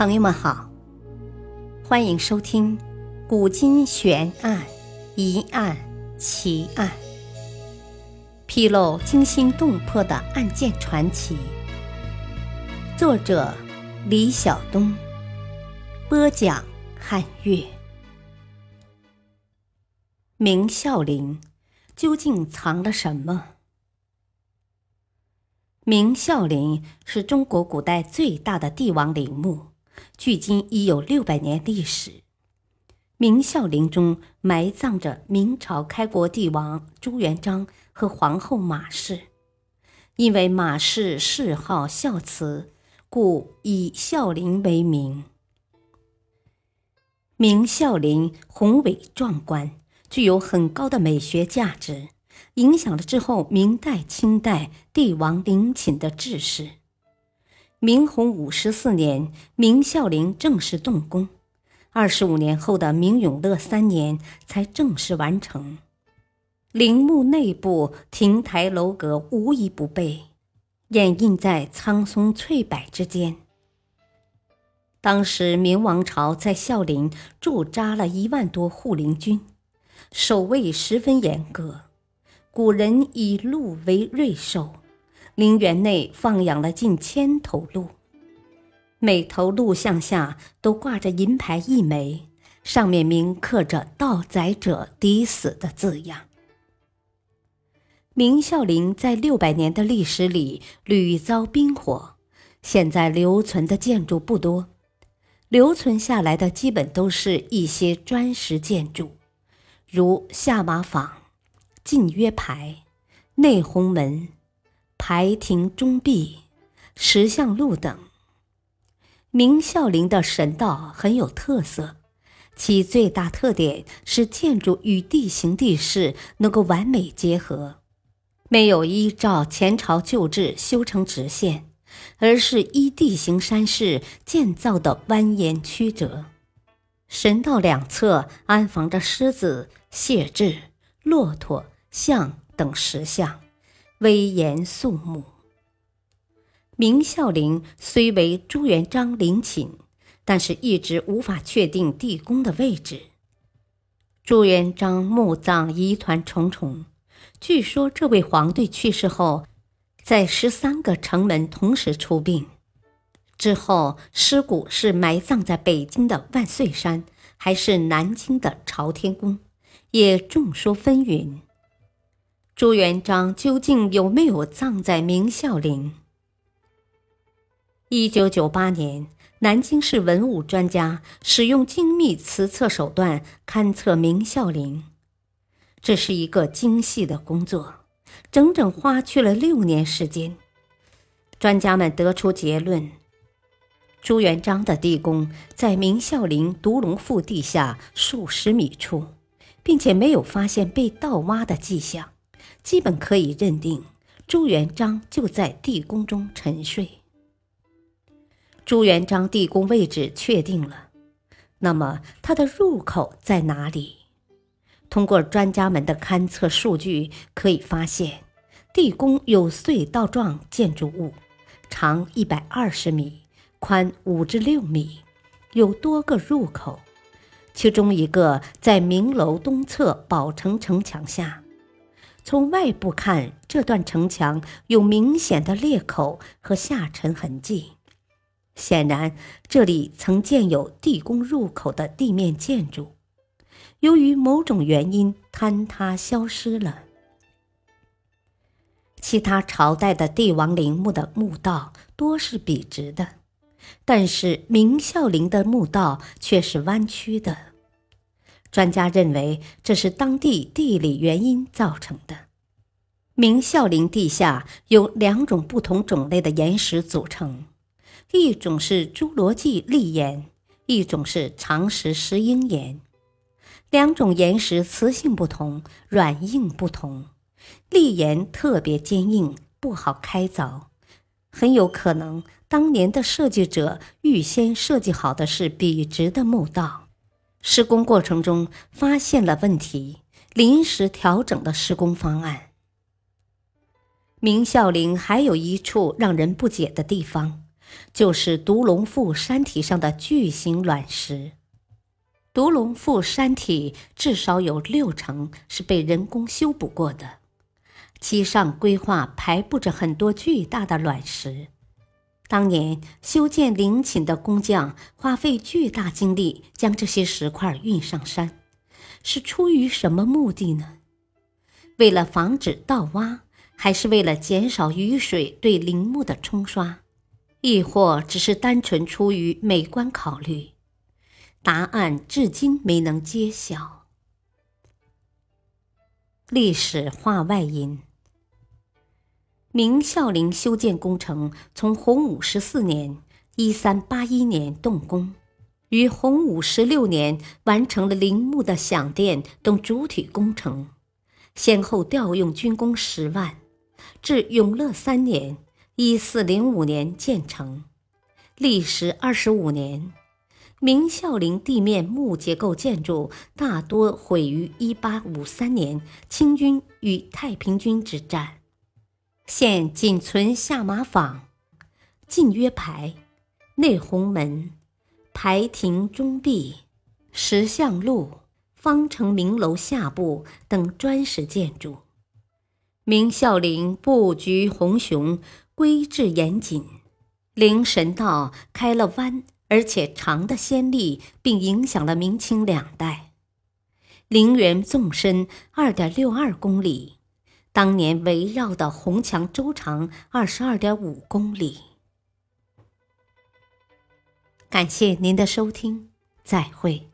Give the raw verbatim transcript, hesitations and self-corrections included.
朋友们好，欢迎收听古今悬案、疑案、奇案，披露惊心动魄的案件传奇。作者李晓东，播讲汉月。明孝陵究竟藏了什么？明孝陵是中国古代最大的帝王陵墓，距今已有六百年历史。明孝陵中埋葬着明朝开国帝王朱元璋和皇后马氏，因为马氏谥号孝慈，故以孝陵为名。明孝陵宏伟壮观，具有很高的美学价值，影响了之后明代、清代帝王陵寝的制式。明洪武十四年，明孝陵正式动工，二十五年后的明永乐三年才正式完成。陵墓内部亭台楼阁无一不备，掩映在苍松翠柏之间。当时明王朝在孝陵驻扎了一万多护陵军，守卫十分严格。古人以鹿为瑞兽，陵园内放养了近千头鹿，每头鹿像下都挂着银牌一枚，上面铭刻着盗宰者抵死的字样。明孝陵在六百年的历史里屡遭兵火，现在留存的建筑不多，留存下来的基本都是一些砖石建筑，如下马坊、进约牌、内红门、牌亭中壁、石像路等。明孝陵的神道很有特色，其最大特点是建筑与地形地势能够完美结合，没有依照前朝旧制修成直线，而是依地形山势建造的蜿蜒曲折。神道两侧安放着狮子、谢豸、骆驼、象等石像，威严肃穆。明孝陵虽为朱元璋陵寝，但是一直无法确定地宫的位置。朱元璋墓葬疑团重重，据说这位皇帝去世后，在十三个城门同时出殡。之后尸骨是埋葬在北京的万岁山，还是南京的朝天宫，也众说纷纭。朱元璋究竟有没有葬在明孝陵？一九九八年，南京市文物专家使用精密磁测手段勘测明孝陵，这是一个精细的工作，整整花去了六年时间。专家们得出结论，朱元璋的地宫在明孝陵独龙腹地下数十米处，并且没有发现被盗挖的迹象，基本可以认定朱元璋就在地宫中沉睡。朱元璋地宫位置确定了，那么它的入口在哪里？通过专家们的勘测数据可以发现，地宫有隧道状建筑物，长一百二十米，宽五至六米，有多个入口，其中一个在明楼东侧宝城城墙下。从外部看，这段城墙有明显的裂口和下沉痕迹，显然这里曾建有地宫入口的地面建筑，由于某种原因坍塌消失了。其他朝代的帝王陵墓的墓道多是笔直的，但是明孝陵的墓道却是弯曲的。专家认为这是当地地理原因造成的。明孝陵地下有两种不同种类的岩石组成，一种是侏罗纪砾岩，一种是长石石英岩。两种岩石磁性不同，软硬不同，砾岩特别坚硬，不好开凿，很有可能当年的设计者预先设计好的是笔直的墓道，施工过程中发现了问题，临时调整了施工方案。明孝陵还有一处让人不解的地方， 就是独龙腹山体上的巨型卵石。独龙腹山体至少有六成是被人工修补过的，其上规划排布着很多巨大的卵石。当年修建陵寝的工匠花费巨大精力将这些石块运上山，是出于什么目的呢？为了防止盗挖，还是为了减少雨水对陵墓的冲刷，亦或只是单纯出于美观考虑？答案至今没能揭晓。历史话外音：明孝陵修建工程从洪武十四年（一三八一年）动工，于洪武十六年完成了陵墓的享殿等主体工程，先后调用军工十万，至永乐三年（一四零五年）建成，历时二十五年。明孝陵地面木结构建筑大多毁于一八五三年清军与太平军之战，现仅存下马坊、进约牌、内红门、牌亭中壁、石像路、方城明楼下部等砖石建筑。明孝陵布局宏雄，规制严谨，陵神道开了弯而且长的先例，并影响了明清两代。陵园纵深 二点六二公里，当年围绕的红墙周长 二十二点五公里。感谢您的收听，再会。